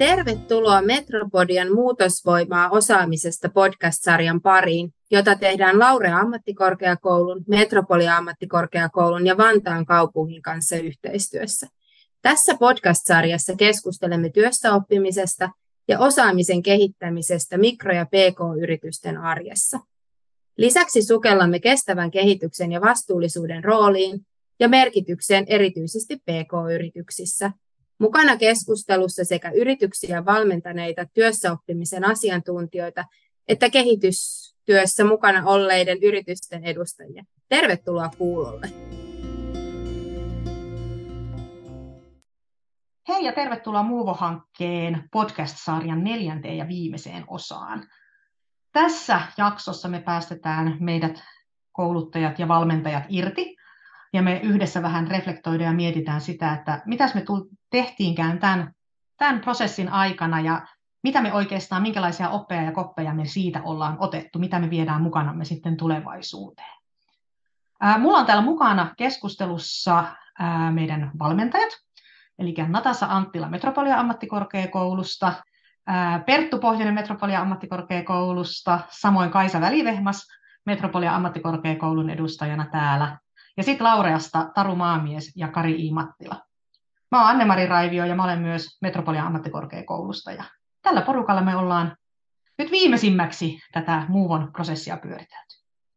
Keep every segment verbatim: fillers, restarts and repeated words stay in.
Tervetuloa Metropodian muutosvoimaa osaamisesta podcast-sarjan pariin, jota tehdään Laurea ammattikorkeakoulun, Metropolia ammattikorkeakoulun ja Vantaan kaupungin kanssa yhteistyössä. Tässä podcast-sarjassa keskustelemme työssäoppimisesta ja osaamisen kehittämisestä mikro- ja pk-yritysten arjessa. Lisäksi sukellamme kestävän kehityksen ja vastuullisuuden rooliin ja merkitykseen erityisesti pk-yrityksissä. Mukana keskustelussa sekä yrityksiä valmentaneita työssäoppimisen asiantuntijoita että kehitystyössä mukana olleiden yritysten edustajia. Tervetuloa kuulolle. Hei ja tervetuloa Muuvo-hankkeen podcast-sarjan neljänteen ja viimeiseen osaan. Tässä jaksossa me päästetään meidät kouluttajat ja valmentajat irti. Ja me yhdessä vähän reflektoidaan ja mietitään sitä, että mitäs me tehtiinkään tämän, tämän prosessin aikana ja mitä me oikeastaan, minkälaisia oppeja ja koppeja me siitä ollaan otettu, mitä me viedään mukanamme sitten tulevaisuuteen. Ää, mulla on täällä mukana keskustelussa ää, meidän valmentajat, eli Natasa Anttila Metropolia ammattikorkeakoulusta, ää, Perttu Pohjonen Metropolia ammattikorkeakoulusta, samoin Kaisa Välivehmas Metropolia ammattikorkeakoulun edustajana täällä. Ja sitten Laureasta Taru Maamies ja Kari I. Mattila. Mä oon Anne-Mari Raivio ja mä olen myös Metropolia ammattikorkeakoulusta. Ja tällä porukalla me ollaan nyt viimeisimmäksi tätä Muuvon prosessia pyöritelty.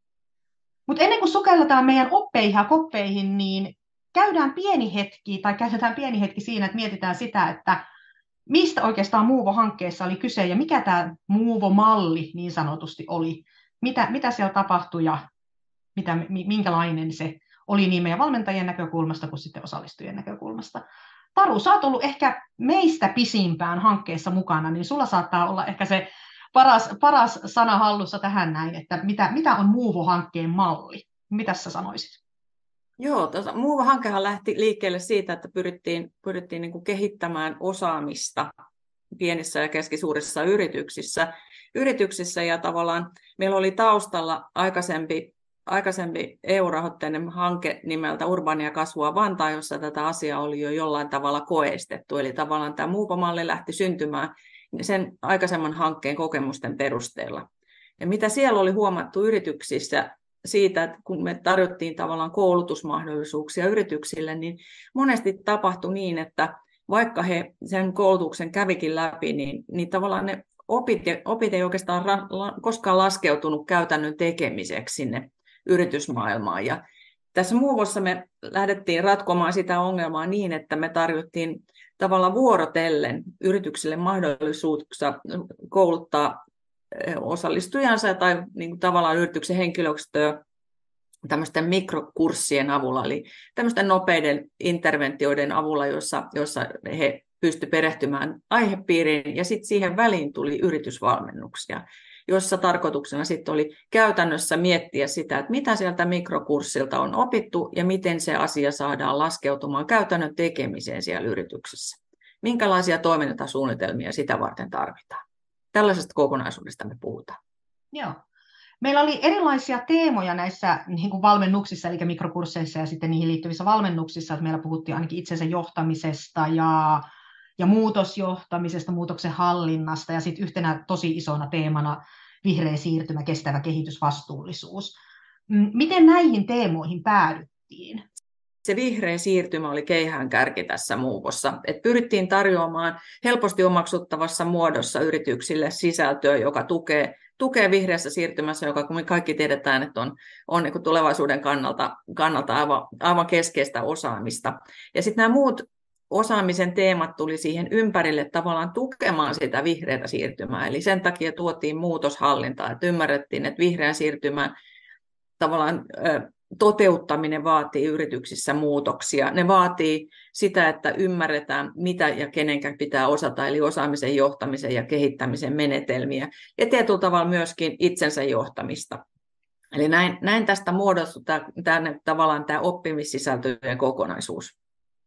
Mutta ennen kuin sukelletaan meidän oppeihin ja koppeihin, niin käydään pieni hetki, tai käytetään pieni hetki siinä, että mietitään sitä, että mistä oikeastaan Muuvo-hankkeessa oli kyse ja mikä tämä Muuvo-malli niin sanotusti oli. Mitä, mitä siellä tapahtui ja mitä, minkälainen se oli niin meidän valmentajien näkökulmasta kuin sitten osallistujien näkökulmasta. Taru, sä oot ollut ehkä meistä pisimpään hankkeessa mukana, niin sulla saattaa olla ehkä se paras, paras sana hallussa tähän näin, että mitä, mitä on Muuvo-hankkeen malli? Mitä sä sanoisit? Joo, tuota, Muuvo-hankkehan lähti liikkeelle siitä, että pyrittiin, pyrittiin niin kuin kehittämään osaamista pienissä ja keskisuurissa yrityksissä, yrityksissä ja tavallaan meillä oli taustalla aikaisempi aikaisempi E U-rahoitteinen hanke nimeltä Urbaania kasvua Vantaa, jossa tätä asiaa oli jo jollain tavalla koeistettu. Eli tavallaan tämä Muuvo-malli lähti syntymään sen aikaisemman hankkeen kokemusten perusteella. Ja mitä siellä oli huomattu yrityksissä siitä, että kun me tarjottiin tavallaan koulutusmahdollisuuksia yrityksille, niin monesti tapahtui niin, että vaikka he sen koulutuksen kävikin läpi, niin, niin tavallaan ne opit, opit ei oikeastaan ra, la, koskaan laskeutunut käytännön tekemiseksi sinne yritysmaailmaan. Ja tässä Muuvossa me lähdettiin ratkomaan sitä ongelmaa niin, että me tarjottiin tavallaan vuorotellen yrityksille mahdollisuuksia kouluttaa osallistujansa tai niin kuin tavallaan yrityksen henkilöstöä tämmöisten mikrokurssien avulla, eli tämmöisten nopeiden interventioiden avulla, jossa, jossa he pystyivät perehtymään aihepiiriin, ja sitten siihen väliin tuli yritysvalmennuksia, jossa tarkoituksena sitten oli käytännössä miettiä sitä, että mitä sieltä mikrokurssilta on opittu ja miten se asia saadaan laskeutumaan käytännön tekemiseen siellä yrityksessä. Minkälaisia toimintasuunnitelmia sitä varten tarvitaan. Tällaisesta kokonaisuudesta me puhutaan. Joo. Meillä oli erilaisia teemoja näissä niin kuin valmennuksissa, eli mikrokursseissa ja sitten niihin liittyvissä valmennuksissa. Että meillä puhuttiin ainakin itsensä johtamisesta ja, ja muutosjohtamisesta, muutoksen hallinnasta ja sitten yhtenä tosi isona teemana vihreä siirtymä, kestävä kehitys, vastuullisuus. Miten näihin teemoihin päädyttiin? Se vihreä siirtymä oli keihäänkärki tässä Muuvossa. Et pyrittiin tarjoamaan helposti omaksuttavassa muodossa yrityksille sisältöä, joka tukee, tukee vihreässä siirtymässä, joka kun me kaikki tiedetään, että on, on niin kuin tulevaisuuden kannalta, kannalta aivan, aivan keskeistä osaamista. Ja sitten nämä muut osaamisen teemat tuli siihen ympärille tavallaan tukemaan sitä vihreätä siirtymää. Eli sen takia tuotiin muutoshallintaa, että ymmärrettiin, että vihreän siirtymän tavallaan toteuttaminen vaatii yrityksissä muutoksia. Ne vaatii sitä, että ymmärretään, mitä ja kenenkä pitää osata, eli osaamisen, johtamisen ja kehittämisen menetelmiä. Ja tietyllä tavalla myöskin itsensä johtamista. Eli näin, näin tästä muodostui tämä, tavallaan tämä oppimissisältöjen kokonaisuus.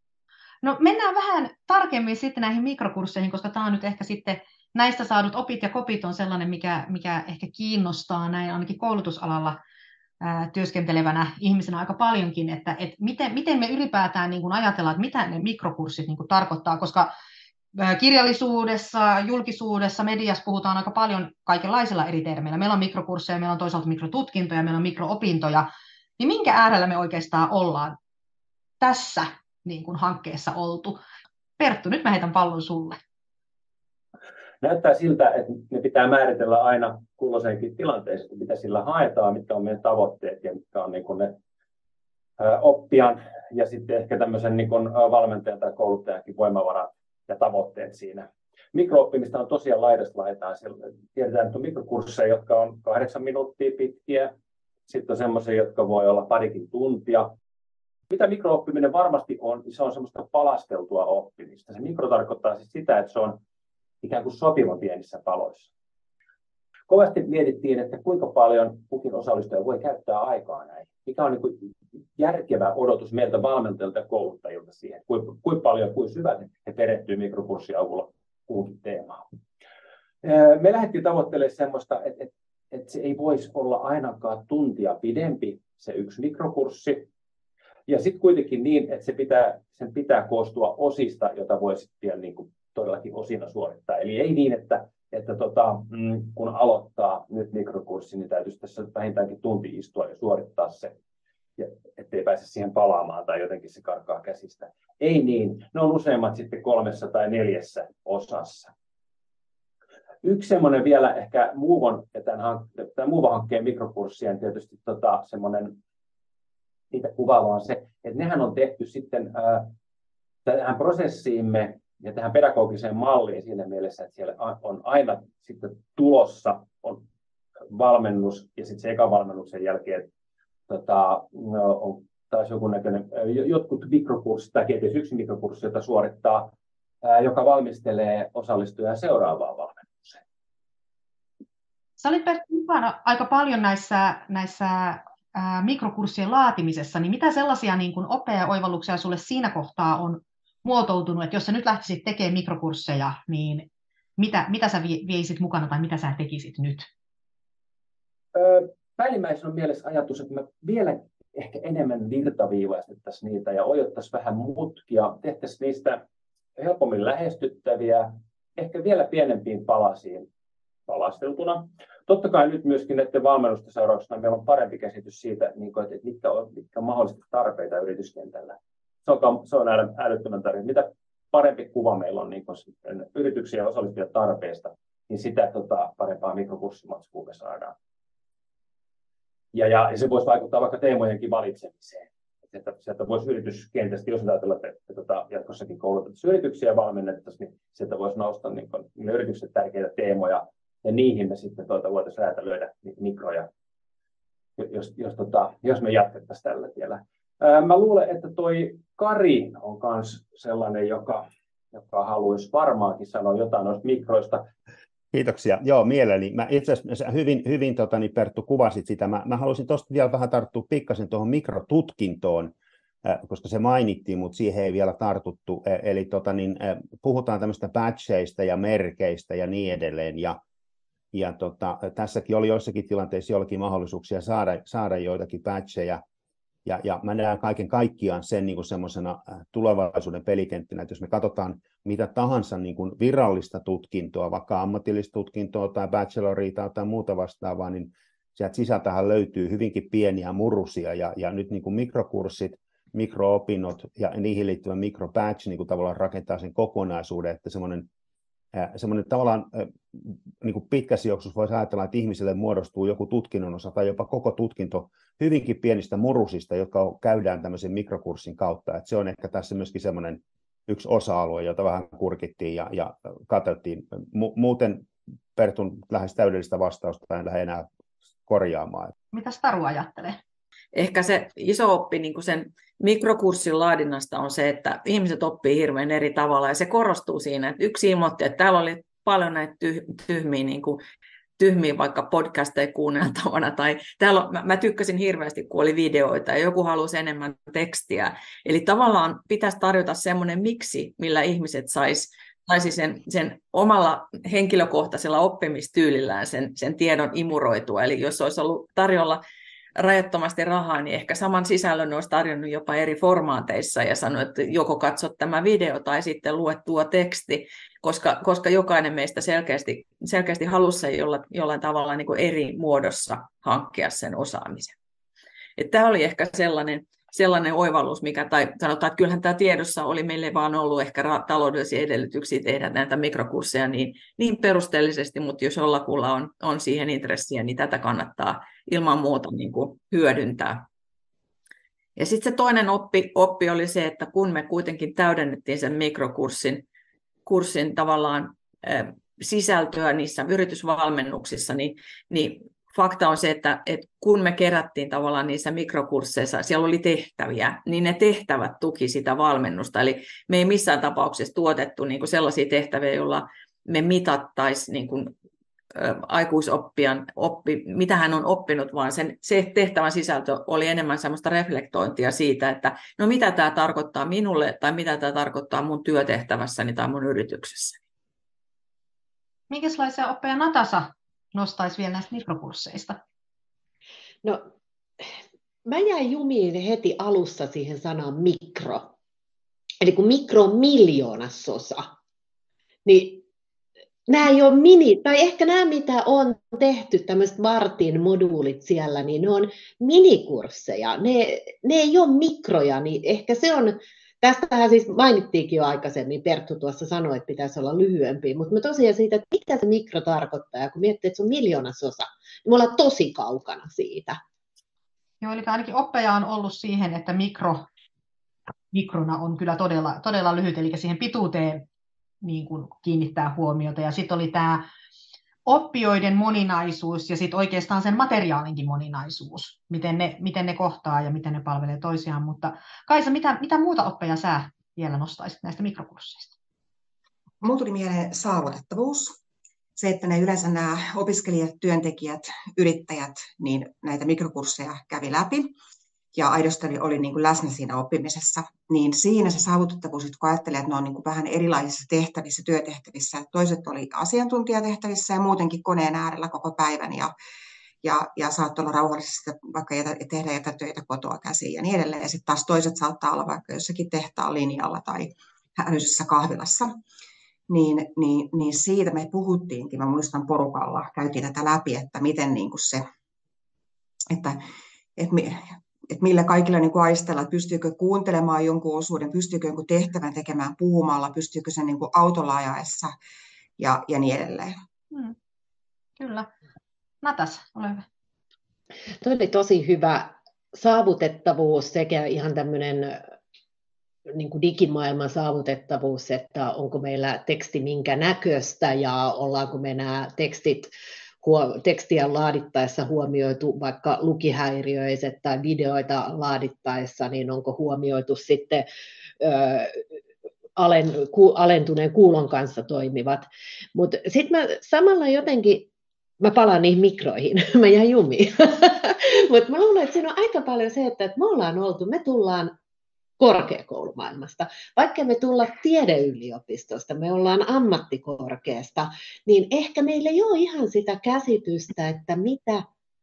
No mennään vähän tarkemmin sitten näihin mikrokursseihin, koska tämä on nyt ehkä sitten näistä saadut opit ja kopit on sellainen, mikä, mikä ehkä kiinnostaa näin ainakin koulutusalalla ää, työskentelevänä ihmisenä aika paljonkin, että et miten, miten me ylipäätään niin kuin ajatellaan, että mitä ne mikrokurssit niin kuin tarkoittaa, koska kirjallisuudessa, julkisuudessa, mediassa puhutaan aika paljon kaikenlaisilla eri termeillä. Meillä on mikrokursseja, meillä on toisaalta mikrotutkintoja, meillä on mikroopintoja. Niin minkä äärellä me oikeastaan ollaan tässä niin kuin hankkeessa oltu? Perttu, nyt mä heitän pallon sulle. Näyttää siltä, että ne pitää määritellä aina kulloisenkin tilanteessa, mitä sillä haetaan, mitkä on meidän tavoitteet ja mitkä on niin kuin ne oppijan ja sitten ehkä tämmöisen niin kuin valmentajan tai kouluttajankin voimavarat ja tavoitteet siinä. Mikrooppimista on tosiaan laidasta laitaan. Tiedetään, että on mikrokursseja, jotka on kahdeksan minuuttia pitkiä. Sitten on semmoisia, jotka voi olla parikin tuntia. Mitä mikrooppiminen varmasti on, niin se on semmoista palasteltua oppimista. Se mikro tarkoittaa siis sitä, että se on ikään kuin sopivan pienissä paloissa. Kovasti mietittiin, että kuinka paljon kukin osallistuja voi käyttää aikaa näin. Mikä on niin kuin järkevä odotus meiltä valmentajilta ja kouluttajilta siihen, kuinka, kuinka paljon ja kuinka syvälle he perehtyy mikrokurssin avulla kuhunkin teemaan. Me lähdettiin tavoittelemaan semmoista, että, että, että se ei voisi olla ainakaan tuntia pidempi se yksi mikrokurssi. Ja sitten kuitenkin niin, että se pitää, sen pitää koostua osista, jota voi sitten vielä niin kuin todellakin osina suorittaa. Eli ei niin, että, että tota, kun aloittaa nyt mikrokurssi, niin täytyisi tässä vähintäänkin tunti istua ja suorittaa se, ja ettei pääse siihen palaamaan tai jotenkin se karkaa käsistä. Ei niin, ne on useimmat sitten kolmessa tai neljässä osassa. Yksi semmoinen vielä ehkä Moovon, tämän, tämän Movo-hankkeen mikrokurssien tietysti tota, semmoinen, niitä kuvaava on se, että nehän on tehty sitten ää, tähän prosessiimme ja tähän pedagogiseen malliin siinä mielessä, että siellä on aina sitten tulossa on valmennus ja sitten se ekan valmennuksen jälkeen tota, on taas joku näköinen, jotkut mikrokurssit tai kenties yksi mikrokurssi, jota suorittaa, ää, joka valmistelee osallistujaa seuraavaan valmennukseen. Sä olit mukana aika paljon näissä, näissä ää, mikrokurssien laatimisessa, niin mitä sellaisia niin kuin oppeja ja oivalluksia sulle siinä kohtaa on muotoutunut, että jos sä nyt lähtisit tekemään mikrokursseja, niin mitä, mitä sä vieisit mukana tai mitä sä tekisit nyt? Öö, päällimmäisenä on mielessä ajatus, että me vielä ehkä enemmän virtaviivaistettaisiin niitä ja ojottaisiin vähän mutkia, tehtäisiin niistä helpommin lähestyttäviä, ehkä vielä pienempiin palasiin palasteltuna. Totta kai nyt myöskin näiden valmennusten seurauksena meillä on parempi käsitys siitä, että mitkä on, mitkä on mahdollisesti tarpeita yrityskentällä. Se on, se on älyttömän tärkeää. Mitä parempi kuva meillä on niin yrityksiä ja osallistujien tarpeista, niin sitä tota, parempaa mikrokurssimatskua me saadaan. Ja, ja, ja se voisi vaikuttaa vaikka teemojenkin valitsemiseen. Että sieltä voisi yrityskentästä, jos ajatellaan, että, että, että jatkossakin koulutettaisiin yrityksiä ja valmennettaisiin, niin sieltä voisi nousta niin kuin, niin yritykset tärkeitä teemoja, ja niihin me sitten tuota, voitaisiin räätälöidä mikroja, jos, jos, tota, jos me jatkettaisiin tällä tiellä. Ää, mä luulen, että toi Kari on myös sellainen, joka, joka haluaisi varmaankin sanoa jotain noista mikroista. Kiitoksia. Joo, mielelläni. Mä itse asiassa hyvin, hyvin tota, niin Perttu, kuvasit sitä. Mä, mä haluaisin tuosta vielä vähän tarttua pikkasen tuohon mikrotutkintoon, äh, koska se mainittiin, mutta siihen ei vielä tartuttu. Äh, eli tota, niin, äh, puhutaan tämmöistä badgeista ja merkeistä ja niin edelleen. Ja, ja tota, tässäkin oli joissakin tilanteissa jollakin mahdollisuuksia saada, saada joitakin badgeja. Ja, ja mä näen kaiken kaikkiaan sen niin kuin semmoisena tulevaisuuden pelikenttänä, että jos me katsotaan mitä tahansa niin kuin virallista tutkintoa, vaikka ammatillista tutkintoa tai bacheloria tai jotain muuta vastaavaa, niin sieltä sisältähän löytyy hyvinkin pieniä murusia, ja, ja nyt niin kuin mikrokurssit, mikroopinnot ja niihin liittyvä mikrobadge niin kuin tavallaan rakentaa sen kokonaisuuden, että semmoinen semmoinen tavallaan niin kuin pitkässä juoksussa voisi ajatella, että ihmiselle muodostuu joku tutkinnon osa tai jopa koko tutkinto hyvinkin pienistä murusista, jotka käydään tämmöisen mikrokurssin kautta. Että se on ehkä tässä myöskin semmoinen yksi osa-alue, jota vähän kurkittiin ja, ja katsottiin. Mu- muuten Pertun lähes täydellistä vastausta en lähde enää korjaamaan. Mitä Taru ajattelee? Ehkä se iso oppi niin kuin sen mikrokurssin laadinnasta on se, että ihmiset oppii hirveän eri tavalla, ja se korostuu siinä, että yksi ilmoitti, että täällä oli paljon näitä tyhmiä, niin kuin, tyhmiä vaikka podcasteja kuunneltavana, tai täällä on, mä, mä tykkäsin hirveästi, kun oli videoita, ja joku halusi enemmän tekstiä, eli tavallaan pitäisi tarjota semmoinen miksi, millä ihmiset sais saisi sen, sen omalla henkilökohtaisella oppimistyylillään sen, sen tiedon imuroitua, eli jos olisi ollut tarjolla rajattomasti rahaa, niin ehkä saman sisällön olisi tarjonnut jopa eri formaateissa ja sanoi, että joko katsot tämä video tai sitten luet tuo teksti, koska, koska jokainen meistä selkeästi, selkeästi halusi sen jolla, jollain tavalla niin kuin eri muodossa hankkia sen osaamisen. Että tämä oli ehkä sellainen, sellainen oivallus, mikä, tai sanotaan, että kyllähän tämä tiedossa oli meille vaan ollut ehkä ra- taloudellisia edellytyksiä tehdä näitä mikrokursseja niin, niin perusteellisesti, mutta jos jollakulla on, on siihen intressiä, niin tätä kannattaa ilman muuta niin kuin hyödyntää. Ja sitten se toinen oppi, oppi oli se, että kun me kuitenkin täydennettiin sen mikrokurssin kurssin tavallaan äh, sisältöä niissä yritysvalmennuksissa, niin, niin fakta on se, että, että kun me kerättiin tavallaan niissä mikrokursseissa, siellä oli tehtäviä, niin ne tehtävät tuki sitä valmennusta. Eli me ei missään tapauksessa tuotettu niin kuin sellaisia tehtäviä, joilla me mitattaisiin niin kuin, ä, aikuisoppijan, oppi, mitä hän on oppinut, vaan sen, se tehtävän sisältö oli enemmän sellaista reflektointia siitä, että no mitä tämä tarkoittaa minulle tai mitä tämä tarkoittaa mun työtehtävässäni tai mun yrityksessäni. Minkälaisia oppeja Natasa nostaisi vielä näistä mikrokursseista? No, mä jäin jumiin heti alussa siihen sanaan mikro. Eli kun mikro on miljoonasosa, niin nämä ei ole mini, tai ehkä nämä mitä on tehty, tämmöiset vartin moduulit siellä, niin ne on minikursseja. Ne, ne ei ole mikroja, niin ehkä se on, tästähän siis mainittiinkin jo aikaisemmin, Perttu tuossa sanoi, että pitäisi olla lyhyempi, mutta me tosiaan siitä, että mitä se mikro tarkoittaa, ja kun miettii, että se on miljoonasosa, niin me ollaan tosi kaukana siitä. Joo, eli ainakin oppeja on ollut siihen, että mikro, mikrona on kyllä todella, todella lyhyt, eli siihen pituuteen niin kuin kiinnittää huomiota, ja sitten oli tämä oppijoiden moninaisuus, ja sitten oikeastaan sen materiaalinkin moninaisuus, miten ne, miten ne kohtaa ja miten ne palvelee toisiaan, mutta Kaisa, mitä, mitä muuta oppeja sä vielä nostaisit näistä mikrokursseista? Mulla tuli mieleen saavutettavuus. Se, että ne yleensä nämä opiskelijat, työntekijät, yrittäjät, niin näitä mikrokursseja kävi läpi ja aidosti oli niin kuin läsnä siinä oppimisessa, niin siinä se saavutettavuus, kun ajattelee, että ne on niin kuin vähän erilaisissa tehtävissä, työtehtävissä, toiset oli asiantuntijatehtävissä ja muutenkin koneen äärellä koko päivän ja, ja, ja saattoi olla rauhallisesti vaikka jätä, tehdä etätöitä kotoa käsiin ja niin edelleen. Ja sitten taas toiset saattaa olla vaikka jossakin tehtaan linjalla tai hälyisessä kahvilassa. Niin, niin, niin siitä me puhuttiinkin, mä muistan porukalla, käytiin tätä läpi, että miten niin kuin se, että, että, että millä kaikilla niin kuin aistella, että pystyykö kuuntelemaan jonkun osuuden, pystyykö jonkun tehtävän tekemään puhumalla, pystyykö sen niin kuin autolla ajaessa ja, ja niin edelleen. Hmm. Kyllä. Natas, ole hyvä. Tuo oli tosi hyvä saavutettavuus sekä ihan tämmöinen niin kuin digimaailman saavutettavuus, että onko meillä teksti minkä näköistä ja ollaanko me nämä tekstit, tekstiä laadittaessa huomioitu vaikka lukihäiriöiset tai videoita laadittaessa, niin onko huomioitu sitten ö, alen, ku, alentuneen kuulon kanssa toimivat. Mutta sitten mä samalla jotenkin, mä palaan niihin mikroihin, mä jäin jumiin, mutta mä luulen, että siinä on aika paljon se, että me ollaan oltu, me tullaan korkeakoulumaailmasta. Vaikka me tulla tiedeyliopistosta, me ollaan ammattikorkeasta, niin ehkä meillä ei ole ihan sitä käsitystä, että mitä,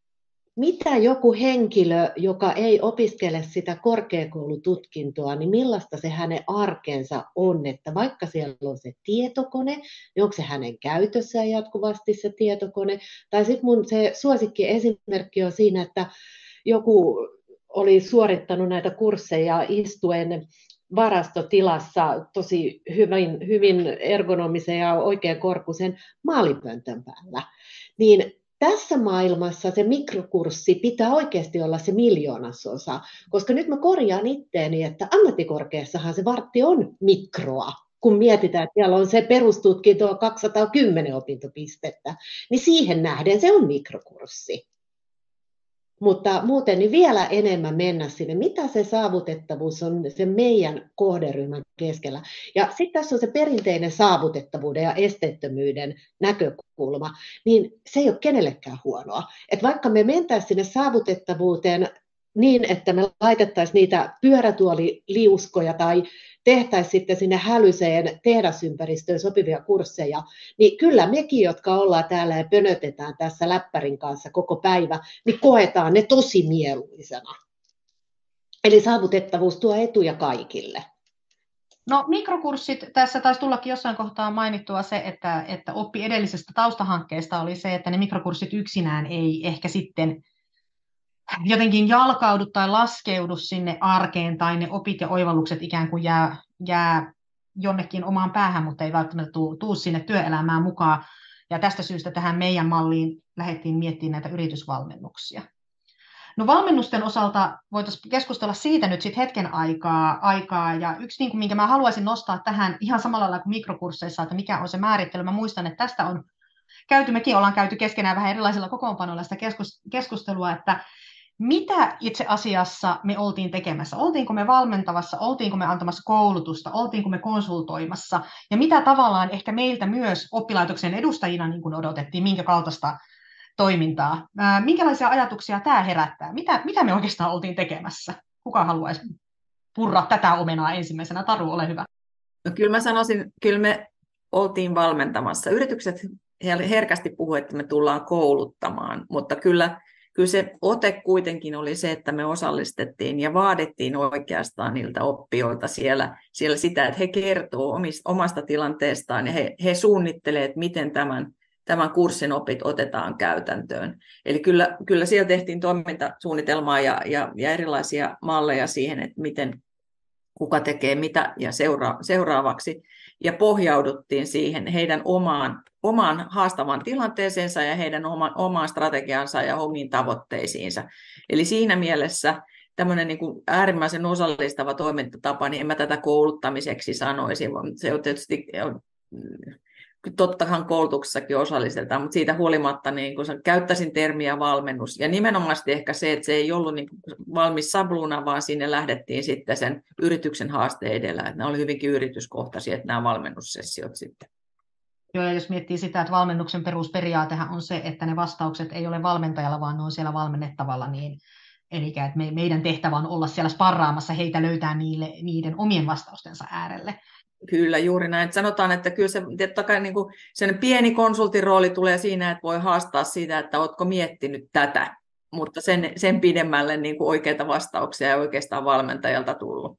mitä joku henkilö, joka ei opiskele sitä korkeakoulututkintoa, niin millaista se hänen arkensa on, että vaikka siellä on se tietokone, niin onko se hänen käytössään jatkuvasti se tietokone, tai sitten mun se suosikki esimerkki on siinä, että joku oli suorittanut näitä kursseja istuen varastotilassa tosi hyvin, hyvin ergonomisen ja oikeakorkuisen maalipöntön päällä. Niin tässä maailmassa se mikrokurssi pitää oikeasti olla se miljoonasosa, koska nyt mä korjaan itteeni, että ammattikorkeassahan se vartti on mikroa. Kun mietitään, että siellä on se perustutkinto kaksisataakymmenen opintopistettä, niin siihen nähden se on mikrokurssi. Mutta muuten niin vielä enemmän mennä sinne, mitä se saavutettavuus on se meidän kohderyhmän keskellä. Ja sitten tässä on se perinteinen saavutettavuuden ja esteettömyyden näkökulma, niin se ei ole kenellekään huonoa. Et vaikka me mentäisiin sinne saavutettavuuteen niin, että me laitettaisiin niitä pyörätuoliliuskoja tai tehtäisiin sitten sinne hälyseen tehdasympäristöön sopivia kursseja, niin kyllä mekin, jotka ollaan täällä ja pönötetään tässä läppärin kanssa koko päivä, niin koetaan ne tosi mieluisena. Eli saavutettavuus tuo etuja kaikille. No mikrokurssit, tässä taisi tullakin jossain kohtaa mainittua se, että, että oppi edellisestä taustahankkeesta oli se, että ne mikrokurssit yksinään ei ehkä sitten jotenkin jalkaudu tai laskeudu sinne arkeen, tai ne opit ja oivallukset ikään kuin jää, jää jonnekin omaan päähän, mutta ei välttämättä tuu, tuu sinne työelämään mukaan. Ja tästä syystä tähän meidän malliin lähdettiin miettimään näitä yritysvalmennuksia. No valmennusten osalta voitaisiin keskustella siitä nyt sitten hetken aikaa, aikaa. Ja yksi, niin kuin, minkä mä haluaisin nostaa tähän ihan samalla lailla kuin mikrokursseissa, että mikä on se määrittely. Mä muistan, että tästä on käyty, mekin ollaan käyty keskenään vähän erilaisilla kokoonpanoilla sitä keskustelua, että mitä itse asiassa me oltiin tekemässä? Oltiinko me valmentavassa, oltiinko me antamassa koulutusta, oltiinko me konsultoimassa, ja mitä tavallaan ehkä meiltä myös oppilaitoksen edustajina niin kuin odotettiin, minkä kaltaista toimintaa. Minkälaisia ajatuksia tämä herättää? Mitä, mitä me oikeastaan oltiin tekemässä? Kuka haluaisi purra tätä omenaa ensimmäisenä? Taru, ole hyvä. No, kyllä mä sanoisin, kyllä me oltiin valmentamassa. Yritykset herkästi puhuivat, että me tullaan kouluttamaan, mutta kyllä, kyllä se ote kuitenkin oli se, että me osallistettiin ja vaadittiin oikeastaan niiltä oppijoilta siellä, siellä sitä, että he kertoo omasta tilanteestaan ja he, he suunnittelevat, että miten tämän tämän kurssin opit otetaan käytäntöön. Eli kyllä, kyllä siellä tehtiin toimintasuunnitelmaa ja, ja, ja erilaisia malleja siihen, että miten kuka tekee mitä ja seura, seuraavaksi. Ja pohjauduttiin siihen heidän omaan, omaan haastavaan tilanteeseensa ja heidän oma, omaan strategiansa ja omiin tavoitteisiinsa. Eli siinä mielessä tämmöinen niin kuin äärimmäisen osallistava toimintatapa, niin en mä tätä kouluttamiseksi sanoisi. Se on tietysti... Tottahan koulutuksessakin osallistetaan, mutta siitä huolimatta niin kun käyttäisin termiä valmennus. Ja nimenomaan ehkä se, että se ei ollut niin valmis sabluuna, vaan sinne lähdettiin sitten sen yrityksen haasteen edellä. Että nämä oli hyvinkin yrityskohtaisia, että nämä valmennussessiot sitten. Joo, ja jos miettii sitä, että valmennuksen perusperiaatehan on se, että ne vastaukset ei ole valmentajalla, vaan ne on siellä valmennettavalla, niin eli että me, meidän tehtävä on olla siellä sparraamassa heitä löytää niille, niiden omien vastaustensa äärelle. Kyllä, juuri näin. Sanotaan, että kyllä se kai niin kuin sen pieni konsultirooli tulee siinä, että voi haastaa siitä, että oletko miettinyt tätä, mutta sen, sen pidemmälle niin kuin oikeita vastauksia ei oikeastaan valmentajalta tullut.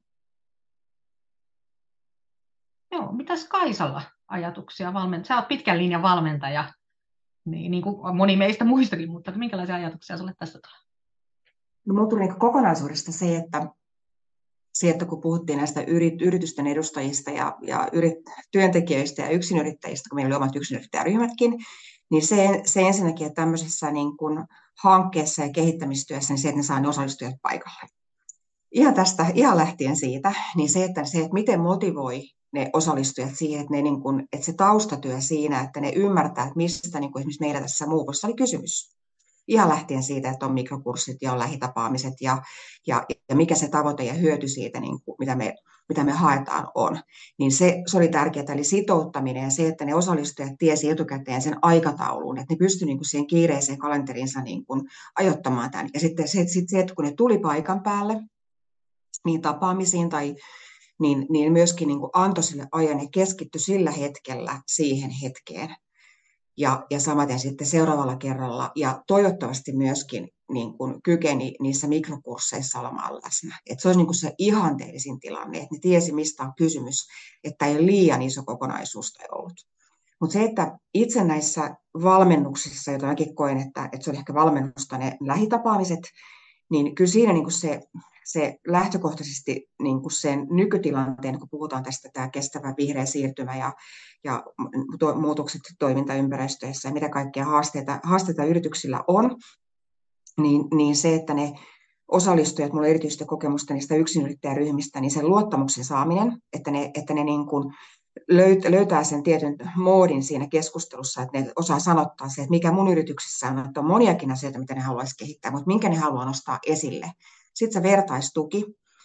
Joo, mitäs Kaisalla ajatuksia? Valment- Sä olet pitkän linjan valmentaja, niin, niin kuin moni meistä muistakin, mutta minkälaisia ajatuksia sulle tästä tulee? No, minulla tuli niin kokonaisuudesta se, että Se, että kun puhuttiin näistä yritysten edustajista ja, ja yrit, työntekijöistä ja yksinyrittäjistä, kun meillä oli omat yksinyrittäjäryhmätkin, niin se, se ensinnäkin, että tämmöisessä niin kuin hankkeessa ja kehittämistyössä, niin se, että ne saa ne osallistujat paikalle. Ihan tästä, ihan lähtien siitä, niin se, että, se, että miten motivoi ne osallistujat siihen, että, ne niin kuin, että se taustatyö siinä, että ne ymmärtää, että mistä niin kuin esimerkiksi meillä tässä Muuvossa oli kysymys. Ihan lähtien siitä, että on mikrokurssit ja on lähitapaamiset ja, ja, ja mikä se tavoite ja hyöty siitä, niin kuin, mitä, me, mitä me haetaan, on. Niin se, se oli tärkeää, eli sitouttaminen ja se, että ne osallistujat tiesi etukäteen sen aikataulun, että ne pystyivät niin kuin siihen kiireiseen kalenterinsa niin kuin ajoittamaan tämän. Ja sitten se, sit se, että kun ne tuli paikan päälle niin tapaamisiin tai niin, niin myöskin niin kuin antoi sille ajan ja keskittyi sillä hetkellä siihen hetkeen. Ja, ja samaten sitten seuraavalla kerralla ja toivottavasti myöskin niin kuin kykeni niissä mikrokursseissa olemaan läsnä. Että se olisi niin kuin se ihanteellisin tilanne, että ne tiesi mistä on kysymys, että ei ole liian iso kokonaisuus ollut. Mutta se, että itse näissä valmennuksissa, joita mäkin koen, että, että se oli ehkä valmennusta ne lähitapaamiset, niin kyllä siinä niin kuin se, se lähtökohtaisesti niin kuin sen nykytilanteen, kun puhutaan tästä tämä kestävä vihreä siirtymä ja, ja to, muutokset toimintaympäristöissä ja mitä kaikkea haasteita, haasteita yrityksillä on, niin, niin se, että ne osallistujat, minulla on erityistä kokemusta niistä yksinyrittäjäryhmistä, niin sen luottamuksen saaminen, että ne, että ne niin kuin löytää sen tietyn moodin siinä keskustelussa, että ne osaa sanottaa se, että mikä mun yrityksessä on, että on moniakin asioita, mitä ne haluaisi kehittää, mutta minkä ne haluaa nostaa esille. Sitten se vertaistuki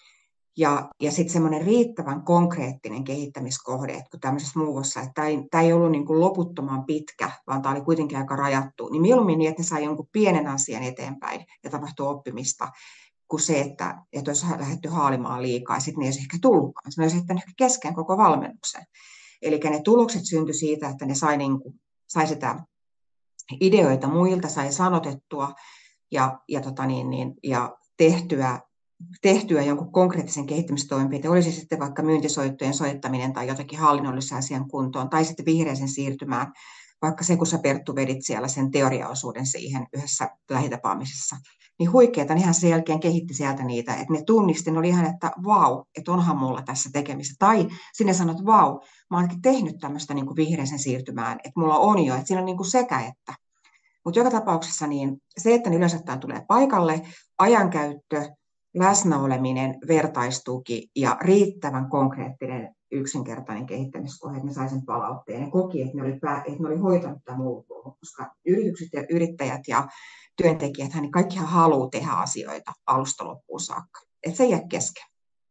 ja, ja sitten semmoinen riittävän konkreettinen kehittämiskohde, että kun tämmöisessä muuvossa, että tämä ei, tämä ei ollut niin kuin loputtoman pitkä, vaan tämä oli kuitenkin aika rajattu, niin mieluummin niin, että ne sai jonkun pienen asian eteenpäin ja tapahtui oppimista, kuin se, että, että olisi lähdetty haalimaan liikaa, ja sitten ne ei olisi ehkä tullutkaan. Se olisi jättänyt ehkä kesken koko valmennuksen. Eli ne tulokset syntyi siitä, että ne sai, niin kuin, sai sitä ideoita muilta, sai sanotettua ja, ja, tota niin, niin, ja tehtyä, tehtyä jonkun konkreettisen kehittämistoimenpiteen, olisi sitten vaikka myyntisoittojen soittaminen tai jotakin hallinnollisen asian kuntoon, tai sitten vihreisen siirtymään, vaikka se, kun sä Perttu vedit siellä sen teoriaosuuden siihen yhdessä lähitapaamisessa, niin huikeeta, niin hän sen jälkeen kehitti sieltä niitä, että ne tunnisti, ne oli ihan, että vau, että onhan mulla tässä tekemistä. Tai sinne sanot, että vau, mä oonkin tehnyt tämmöistä niin kuin vihreisen siirtymään, että mulla on jo, että siinä on niin kuin sekä että. Mutta joka tapauksessa niin se, että ne yleensä tulee paikalle, ajankäyttö, läsnäoleminen, vertaistuki ja riittävän konkreettinen yksinkertainen kehittämiskohde, että ne sai sen palautteen. Ne koki, että ne oli, pää, että ne oli hoitanut tämän muuttua, koska yritykset ja yrittäjät ja työntekijät, niin kaikkihan haluaa tehdä asioita alusta loppuun saakka. Että se ei jää kesken.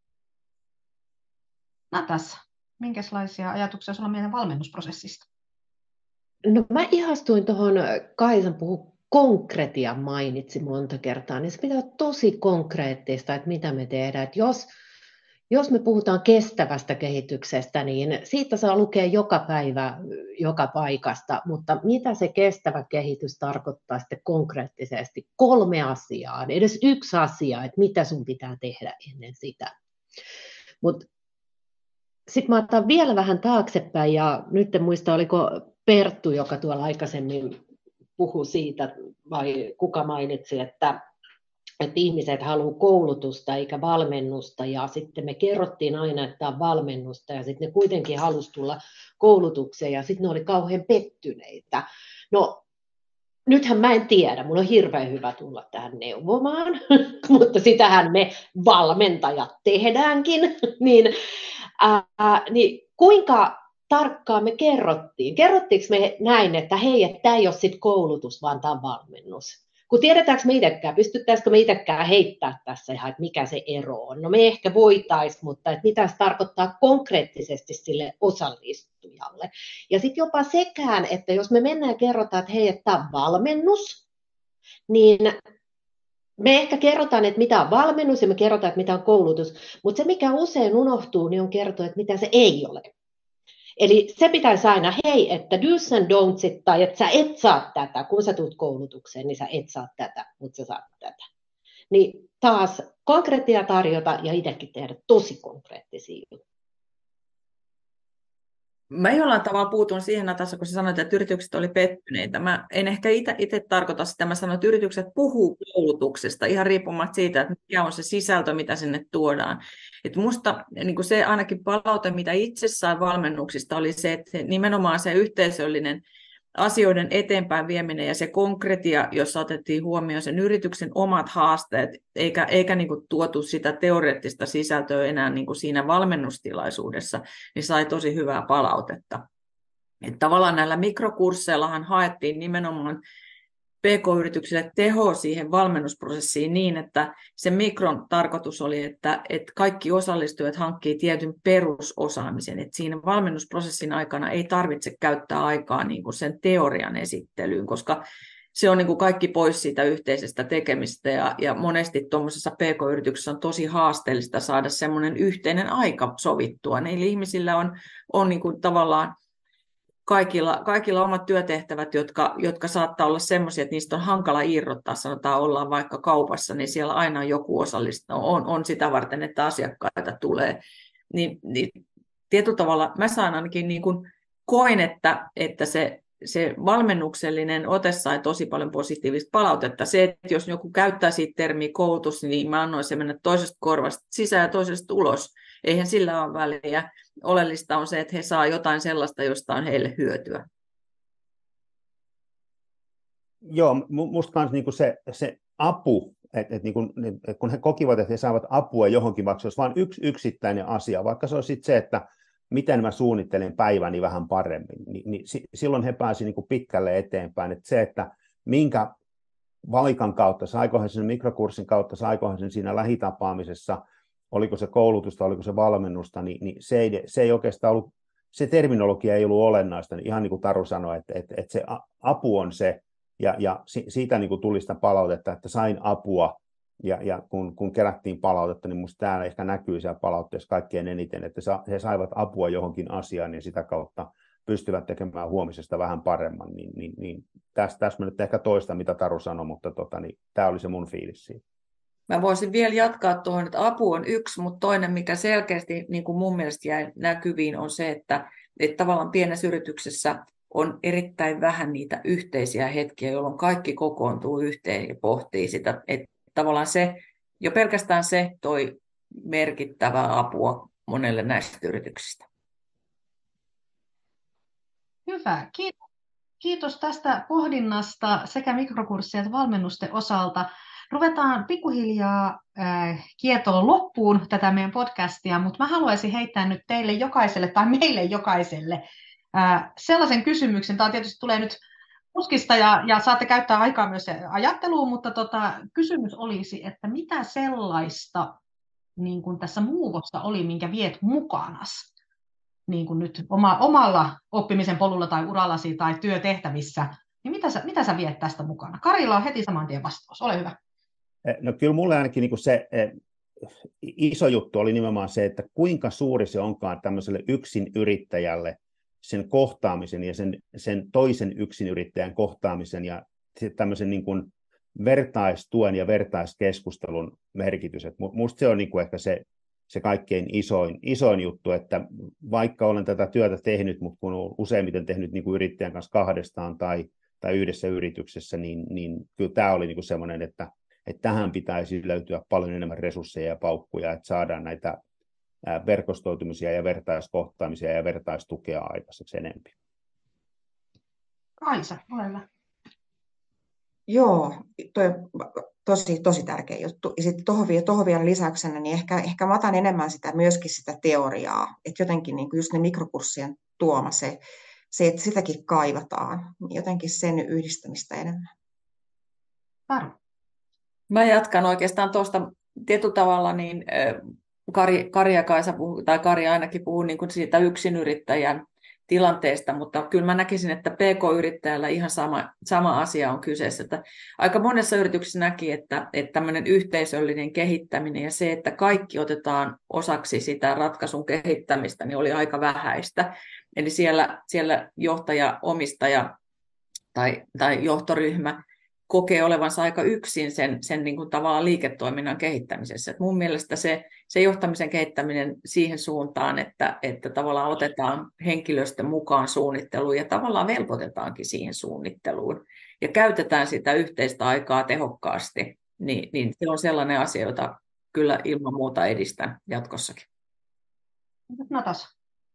Natas, minkälaisia ajatuksia sinulla on meidän valmennusprosessista? No mä ihastuin tuohon, Kaisan puhu konkretia mainitsi monta kertaa, niin se pitää olla tosi konkreettista, että mitä me tehdään. Että jos, jos me puhutaan kestävästä kehityksestä, niin siitä saa lukea joka päivä, joka paikasta, mutta mitä se kestävä kehitys tarkoittaa sitten konkreettisesti? Kolme asiaa, edes yksi asia, että mitä sun pitää tehdä ennen sitä. Mutta sitten mä otan vielä vähän taaksepäin, ja nyt en muista, oliko Perttu, joka tuolla aikaisemmin puhui siitä, vai kuka mainitsi, että, että ihmiset haluaa koulutusta eikä valmennusta, ja sitten me kerrottiin aina, että tämä on valmennusta, ja sitten ne kuitenkin halusi tulla koulutukseen, ja sitten ne oli kauhean pettyneitä. No, nythän mä en tiedä, mun on hirveän hyvä tulla tähän neuvomaan, mutta sitähän me valmentajat tehdäänkin, niin, ää, niin kuinka tarkkaan me kerrottiin. Kerrottiinko me näin, että hei, että tämä ei ole sit koulutus, vaan tämä on valmennus? Kun tiedetäänkö me itsekään, pystyttäisikö me itsekään heittää tässä ihan, että mikä se ero on? No me ehkä voitaisiin, mutta että mitä se tarkoittaa konkreettisesti sille osallistujalle. Ja sitten jopa sekään, että jos me mennään ja kerrotaan, että hei, että tämä on valmennus, niin me ehkä kerrotaan, että mitä on valmennus ja me kerrotaan, että mitä on koulutus, mutta se mikä usein unohtuu, niin on kertoa, että mitä se ei ole. Eli se pitäisi aina, hei, että do's and don'tsit, tai että sä et saa tätä, kun sä tulet koulutukseen, niin sä et saa tätä, mutta sä saat tätä. Niin taas konkreettia tarjota ja itsekin tehdä tosi konkreettisia. Mä jollain tavalla puutun siihen, Natasha, kun sä sanoit, että yritykset oli pettyneitä. Mä en ehkä itse tarkoita sitä. Mä sanon, että yritykset puhuu koulutuksesta ihan riippumatta siitä, että mikä on se sisältö, mitä sinne tuodaan. Et musta niin se ainakin palaute, mitä itse sain valmennuksista, oli se, että nimenomaan se yhteisöllinen asioiden eteenpäin vieminen ja se konkretia, jossa otettiin huomioon sen yrityksen omat haasteet, eikä, eikä niin kuin tuotu sitä teoreettista sisältöä enää niin kuin siinä valmennustilaisuudessa, niin sai tosi hyvää palautetta. Että tavallaan näillä mikrokursseillahan haettiin nimenomaan P K-yrityksille teho siihen valmennusprosessiin niin, että se mikron tarkoitus oli, että, että kaikki osallistujat hankkii tietyn perusosaamisen, että siinä valmennusprosessin aikana ei tarvitse käyttää aikaa niin kuin sen teorian esittelyyn, koska se on niin kuin kaikki pois siitä yhteisestä tekemistä ja, ja monesti tuommoisessa P K-yrityksessä on tosi haasteellista saada semmoinen yhteinen aika sovittua. Niillä ihmisillä on, on niin kuin tavallaan Kaikilla, kaikilla omat työtehtävät, jotka, jotka saattaa olla sellaisia, että niistä on hankala irrottaa, sanotaan ollaan vaikka kaupassa, niin siellä aina on joku osallista, on, on sitä varten, että asiakkaita tulee. Niin, niin tietyllä tavalla mä saan ainakin niin kuin koin, että, että se, se valmennuksellinen ote sai tosi paljon positiivista palautetta. Se, että jos joku käyttää siitä termiä koulutus, niin mä annoin se mennä toisesta korvasta sisään ja toisesta ulos. Eihän sillä ole väliä. Oleellista on se, että he saa jotain sellaista, josta on heille hyötyä. Joo, musta myös niinku se, se apu, että et niinku, et kun he kokivat, että he saavat apua johonkin, vaikka se olisi vain yksi yksittäinen asia, vaikka se olisi se, että miten mä suunnittelen päiväni vähän paremmin, niin, niin silloin he pääsivät niinku pitkälle eteenpäin. Että se, että minkä valikan kautta, saikohan sen mikrokurssin kautta, saikohan sen siinä lähitapaamisessa, oliko se koulutusta, oliko se valmennusta, niin, niin se, ei, se ei oikeastaan ollut, se terminologia ei ollut olennaista, niin ihan niin kuin Taru sanoi, että, että, että se apu on se, ja, ja siitä niin kuin tuli sitä palautetta, että sain apua, Ja, ja kun, kun kerättiin palautetta, niin minusta täällä ehkä näkyy siellä palautteessa kaikkein eniten, että he saivat apua johonkin asiaan ja sitä kautta pystyvät tekemään huomisesta vähän paremman. Niin, niin, niin tässä, tässä mä nyt ehkä toista, mitä Taru sanoi, mutta tota, niin, tämä oli se mun fiilis siitä. Mä voisin vielä jatkaa tuohon, että apu on yksi, mutta toinen, mikä selkeästi niin kuin mun mielestä jäi näkyviin, on se, että, että tavallaan pienessä yrityksessä on erittäin vähän niitä yhteisiä hetkiä, jolloin kaikki kokoontuu yhteen ja pohtii sitä. Että tavallaan se, jo pelkästään se toi merkittävää apua monelle näistä yrityksistä. Hyvä. Kiitos tästä pohdinnasta sekä mikrokurssien että valmennusten osalta. Ruvetaan pikkuhiljaa äh, kietoon loppuun tätä meidän podcastia, mutta mä haluaisin heittää nyt teille jokaiselle tai meille jokaiselle äh, sellaisen kysymyksen. Tämä tietysti tulee nyt puskista ja, ja saatte käyttää aikaa myös ajatteluun, mutta tota, kysymys olisi, että mitä sellaista niin kuin tässä muuvossa oli, minkä viet mukanas niin kuin nyt oma, omalla oppimisen polulla tai urallasi tai työtehtävissä, niin mitä sä, mitä sä viet tästä mukana? Karilla on heti saman tien vastaus, ole hyvä. No kyllä mulle ainakin niin se iso juttu oli nimenomaan se, että kuinka suuri se onkaan tämmöiselle yksin yrittäjälle sen kohtaamisen ja sen, sen toisen yksinyrittäjän kohtaamisen ja tämmöisen niin kuin vertaistuen ja vertaiskeskustelun merkitys. Et musta se on niin kuin ehkä se, se kaikkein isoin, isoin juttu, että vaikka olen tätä työtä tehnyt, mutta kun olen useimmiten tehnyt niin kuin yrittäjän kanssa kahdestaan tai, tai yhdessä yrityksessä, niin, niin kyllä tämä oli niin kuin semmoinen, että, että tähän pitäisi löytyä paljon enemmän resursseja ja paukkuja, että saadaan näitä verkostoitumisia ja vertaiskohtaamisia ja vertaistukea aikaiseksi enemmän. Kaisa, ole hyvä. Joo, toi tosi, tosi tärkeä juttu. Ja sitten tuohon tuohon vielä lisäyksenä, niin ehkä, ehkä mä otan enemmän sitä, myöskin sitä teoriaa. Että jotenkin niin just ne mikrokurssien tuoma se, se, että sitäkin kaivataan, niin jotenkin sen yhdistämistä enemmän. Taru. Mä jatkan oikeastaan tuosta tietyllä tavalla, niin Kari, Kari ja Kaisa puhuu, tai Kari ainakin puhuu niin kuin siitä yksinyrittäjän tilanteesta, mutta kyllä mä näkisin, että P K-yrittäjällä ihan sama, sama asia on kyseessä. Että aika monessa yrityksessä näki, että, että tämmöinen yhteisöllinen kehittäminen ja se, että kaikki otetaan osaksi sitä ratkaisun kehittämistä, niin oli aika vähäistä. Eli siellä, siellä johtaja, omistaja tai, tai johtoryhmä kokee olevansa aika yksin sen, sen niin kuin tavallaan liiketoiminnan kehittämisessä. Et mun mielestä se, se johtamisen kehittäminen siihen suuntaan, että, että tavallaan otetaan henkilöstö mukaan suunnitteluun ja tavallaan velvoitetaankin siihen suunnitteluun ja käytetään sitä yhteistä aikaa tehokkaasti, niin, niin se on sellainen asia, jota kyllä ilman muuta edistän jatkossakin. Natas.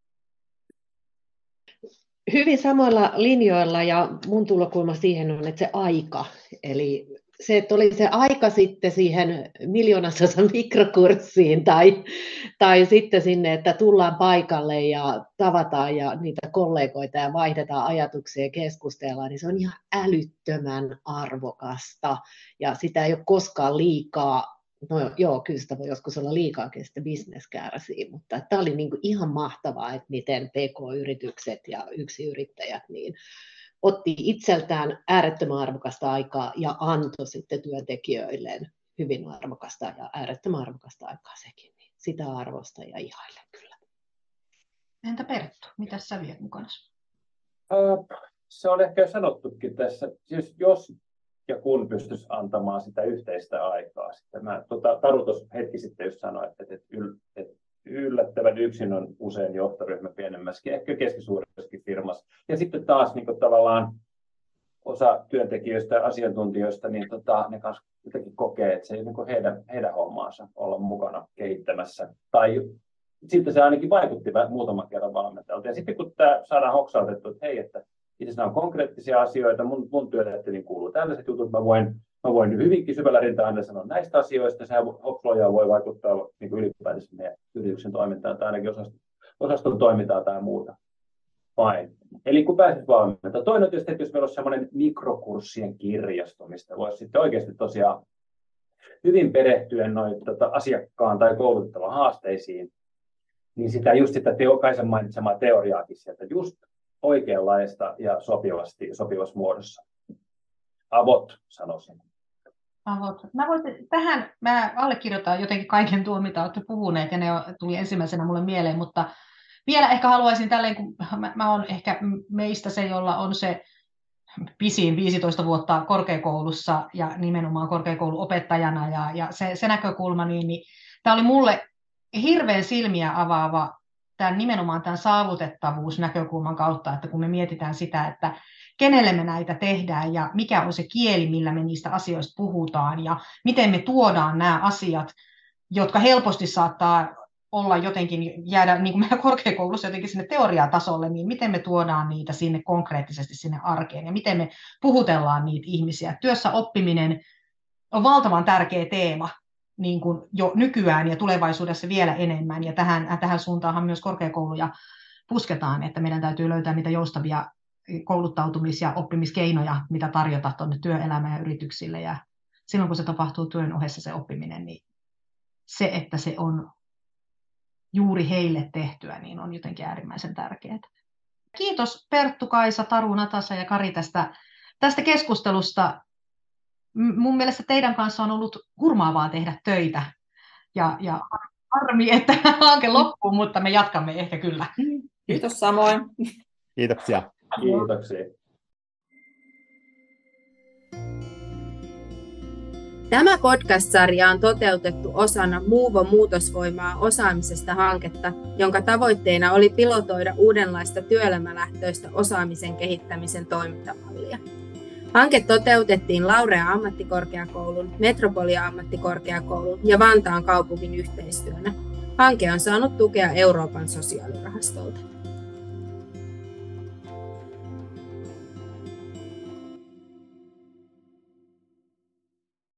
Hyvin samoilla linjoilla ja mun tulokulma siihen on, että se aika, eli se, että oli se aika sitten siihen miljoonasosa mikrokurssiin tai, tai sitten sinne, että tullaan paikalle ja tavataan ja niitä kollegoita ja vaihdetaan ajatuksia ja keskustellaan, niin se on ihan älyttömän arvokasta ja sitä ei ole koskaan liikaa. No joo, kyllä sitä voi joskus olla liikaakin, että business kärsii, mutta tämä oli niin kuin ihan mahtavaa, että miten P K-yritykset ja yksiyrittäjät niin otti itseltään äärettömän arvokasta aikaa ja antoi sitten työntekijöilleen hyvin arvokasta ja äärettömän arvokasta aikaa sekin. Niin sitä arvosta ja ihaile kyllä. Entä Perttu, mitä sä viet mukana? Uh, se on ehkä jo sanottukin tässä. Siis jos ja kun pystyisi antamaan sitä yhteistä aikaa. Sitten mä, tota, Taru tuossa hetki sitten just sanoi, että, että, että yllättävän yksin on usein johtoryhmä pienemmässäkin, ehkä keskisuurissakin firmassa. Ja sitten taas niin kuin tavallaan osa työntekijöistä ja asiantuntijoista, niin tota, ne kanssa jotenkin kokee, että se ei ole niin kuin heidän, heidän hommaansa olla mukana kehittämässä. Tai sitten se ainakin vaikutti muutaman kerran valmentajalta. Ja sitten kun tämä saadaan hoksautettu, että hei, että itse asiassa nämä on konkreettisia asioita, mun, mun työtehtäviin kuuluu tällaiset jutut, mä voin, mä voin hyvinkin syvällä rintaan sanoa näistä asioista, sehän Hopfloja voi vaikuttaa niin kuin ylipäätänsä meidän yrityksen toimintaan tai ainakin osaston, osaston toimintaan tai muuta. Fine. Eli kun pääsit valmentamaan. Toinen on tietysti, että jos meillä olisi sellainen mikrokurssien kirjasto, mistä voisi sitten oikeasti tosiaan hyvin perehtyä noin tota, asiakkaan tai koulutettavan haasteisiin, niin sitä just sitä teo, Kaisan mainitsemaa teoriaakin sieltä just oikeanlaista ja sopivasti, sopivassa muodossa. Avot, sanoisin. Mä, voit, mä voisin, tähän mä allekirjoitan jotenkin kaiken tuon, mitä olette puhuneet, ja ne tuli ensimmäisenä mulle mieleen, mutta vielä ehkä haluaisin tälleen, kun mä, mä oon ehkä meistä se, jolla on se pisin viisitoista vuotta korkeakoulussa ja nimenomaan korkeakouluopettajana ja, ja se, se näkökulma, niin, niin tämä oli mulle hirveän silmiä avaava tämän, nimenomaan tämän saavutettavuusnäkökulman kautta, että kun me mietitään sitä, että kenelle me näitä tehdään ja mikä on se kieli, millä me niistä asioista puhutaan ja miten me tuodaan nämä asiat, jotka helposti saattaa olla jotenkin, jäädä niin kuin meidän korkeakoulussa jotenkin sinne teoriatasolle, niin miten me tuodaan niitä sinne konkreettisesti sinne arkeen ja miten me puhutellaan niitä ihmisiä. Työssä oppiminen on valtavan tärkeä teema niin kuin jo nykyään ja tulevaisuudessa vielä enemmän, ja tähän, tähän suuntaanhan myös korkeakouluja pusketaan, että meidän täytyy löytää niitä joustavia kouluttautumis- ja oppimiskeinoja, mitä tarjota tuonne työelämään ja yrityksille, ja silloin kun se tapahtuu työn ohessa se oppiminen, niin se, että se on juuri heille tehtyä, niin on jotenkin äärimmäisen tärkeää. Kiitos Perttu, Kaisa, Taru, Natasa ja Kari tästä, tästä keskustelusta. Mun mielestä teidän kanssa on ollut hurmaavaa tehdä töitä. Ja, ja harmi, että hanke loppuu, mutta me jatkamme ehkä kyllä. Kiitos samoin. Kiitoksia. Kiitoksia. Tämä podcast-sarja on toteutettu osana Muuvo muutosvoimaa osaamisesta -hanketta, jonka tavoitteena oli pilotoida uudenlaista työelämälähtöistä osaamisen kehittämisen toimintamallia. Hanke toteutettiin Laurea ammattikorkeakoulun, Metropolia ammattikorkeakoulun ja Vantaan kaupungin yhteistyönä. Hanke on saanut tukea Euroopan sosiaalirahastolta.